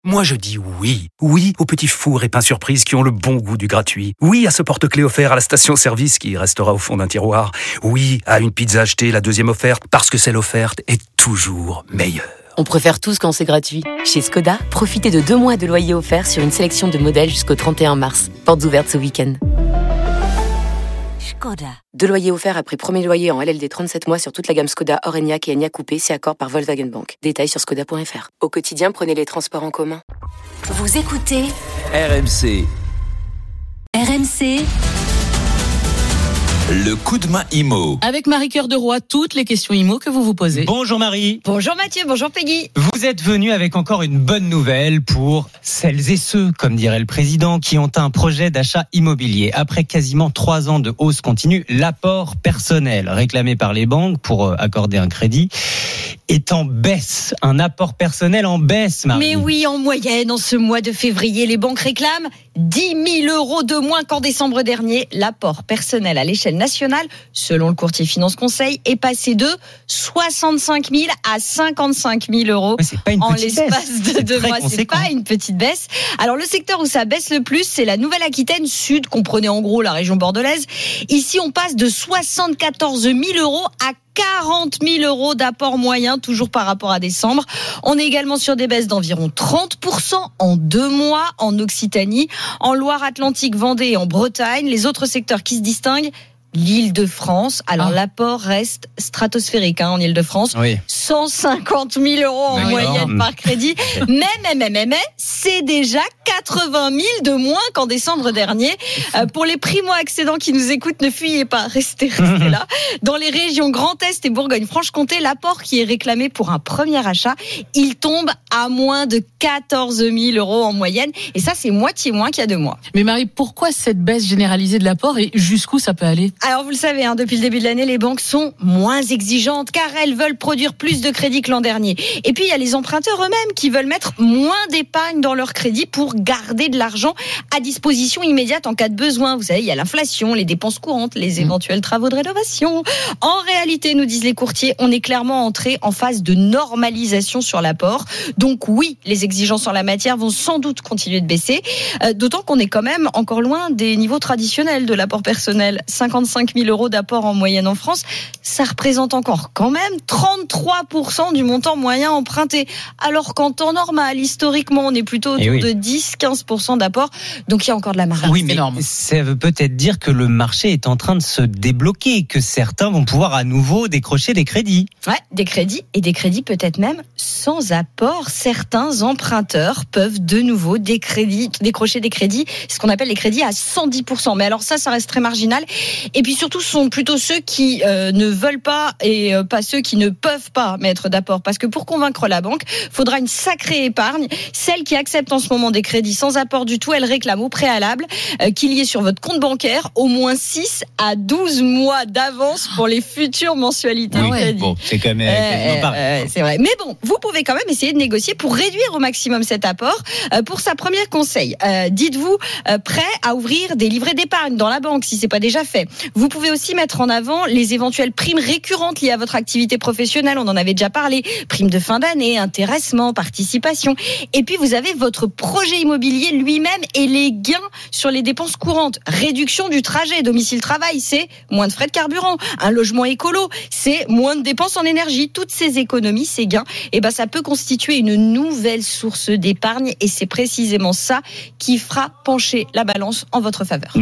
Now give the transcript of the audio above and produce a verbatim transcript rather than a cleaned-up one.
Moi je dis oui, oui aux petits fours et pains surprises qui ont le bon goût du gratuit. Oui à ce porte-clés offert à la station-service qui restera au fond d'un tiroir. Oui à une pizza achetée, la deuxième offerte, parce que celle offerte est toujours meilleure. On préfère tous quand c'est gratuit. Chez Skoda, profitez de deux mois de loyer offert sur une sélection de modèles jusqu'au trente et un mars. Portes ouvertes ce week-end. Skoda. Deux loyers offerts après premier loyer en L L D trente-sept mois sur toute la gamme Skoda, Orenia et Enyaq Coupé, c'est accord par Volkswagen Bank. Détails sur skoda point f r. Au quotidien, prenez les transports en commun. Vous écoutez R M C. R M C. Le coup de main IMO. Avec Marie-Cœur de Roy, toutes les questions IMO que vous vous posez. Bonjour Marie. Bonjour Mathieu, bonjour Peggy. Vous êtes venu avec encore une bonne nouvelle pour celles et ceux, comme dirait le président, qui ont un projet d'achat immobilier. Après quasiment trois ans de hausse continue, l'apport personnel réclamé par les banques pour accorder un crédit est en baisse. Un apport personnel en baisse, Marie. Mais oui, en moyenne, en ce mois de février, les banques réclament dix mille euros de moins qu'en décembre dernier. L'apport personnel à l'échelle nationale, selon le courtier Finance Conseil, est passé de soixante-cinq mille à cinquante-cinq mille euros Mais c'est pas une en petite l'espace baisse. de deux mois. Conséquent. C'est pas une petite baisse. Alors, le secteur où ça baisse le plus, c'est la Nouvelle-Aquitaine Sud, comprenez en gros la région bordelaise. Ici, on passe de soixante-quatorze mille euros à quarante mille euros d'apport moyen, toujours par rapport à décembre. On est également sur des baisses d'environ trente pour cent en deux mois en Occitanie, en Loire-Atlantique, Vendée et en Bretagne. Les autres secteurs qui se distinguent, l'Île-de-France. Alors, ah. l'apport reste stratosphérique hein, en Île-de-France. Oui. cent cinquante mille euros en D'accord. moyenne par crédit. Mais, mais, mais, mais, mais, c'est déjà quatre-vingt mille de moins qu'en décembre dernier. Euh, pour les primo-accédants qui nous écoutent, ne fuyez pas, restez, restez là. Dans les régions Grand Est et Bourgogne-Franche-Comté, l'apport qui est réclamé pour un premier achat, il tombe à moins de quatorze mille euros en moyenne. Et ça, c'est moitié moins qu'il y a deux mois. Mais Marie, pourquoi cette baisse généralisée de l'apport et jusqu'où ça peut aller ? Alors, vous le savez, hein, depuis le début de l'année, les banques sont moins exigeantes car elles veulent produire plus de crédit que l'an dernier. Et puis, il y a les emprunteurs eux-mêmes qui veulent mettre moins d'épargne dans leur crédit pour garder de l'argent à disposition immédiate en cas de besoin. Vous savez, il y a l'inflation, les dépenses courantes, les éventuels travaux de rénovation. En réalité, nous disent les courtiers, on est clairement entré en phase de normalisation sur l'apport. Donc oui, les exigences en la matière vont sans doute continuer de baisser. Euh, d'autant qu'on est quand même encore loin des niveaux traditionnels de l'apport personnel. cinquante-cinq mille euros d'apport en moyenne en France, ça représente encore quand même trente-trois pour cent du montant moyen emprunté. Alors qu'en temps normal, historiquement, on est plutôt autour oui. de dix à quinze pour cent d'apport. Donc il y a encore de la marge. Oui, mais énorme. Ça veut peut-être dire que le marché est en train de se débloquer, que certains vont pouvoir à nouveau décrocher des crédits. Ouais, des crédits et des crédits peut-être même sans apport. Certains emprunteurs peuvent de nouveau des crédits, décrocher des crédits, ce qu'on appelle les crédits à cent dix pour cent. Mais alors ça, ça reste très marginal. Et puis surtout, ce sont plutôt ceux qui euh, ne veulent pas et euh, pas ceux qui ne peuvent pas mettre d'apport. Parce que pour convaincre la banque, il faudra une sacrée épargne. Celle qui accepte en ce moment des crédits sans apport du tout, elle réclame au préalable euh, qu'il y ait sur votre compte bancaire au moins six à douze mois d'avance pour les futures mensualités oui, de crédit. Bon, c'est quand même euh, euh, c'est vrai. Mais bon, vous pouvez quand même essayer de négocier pour réduire au maximum cet apport. Euh, pour ça, premier conseil, euh, dites-vous euh, prêt à ouvrir des livrets d'épargne dans la banque si c'est pas déjà fait. Vous pouvez aussi mettre en avant les éventuelles primes récurrentes liées à votre activité professionnelle. On en avait déjà parlé. Primes de fin d'année, intéressement, participation. Et puis, vous avez votre projet immobilier lui-même et les gains sur les dépenses courantes. Réduction du trajet domicile-travail, c'est moins de frais de carburant. Un logement écolo, c'est moins de dépenses en énergie. Toutes ces économies, ces gains, eh ben, ça peut constituer une nouvelle source d'épargne et c'est précisément ça qui fera pencher la balance en votre faveur.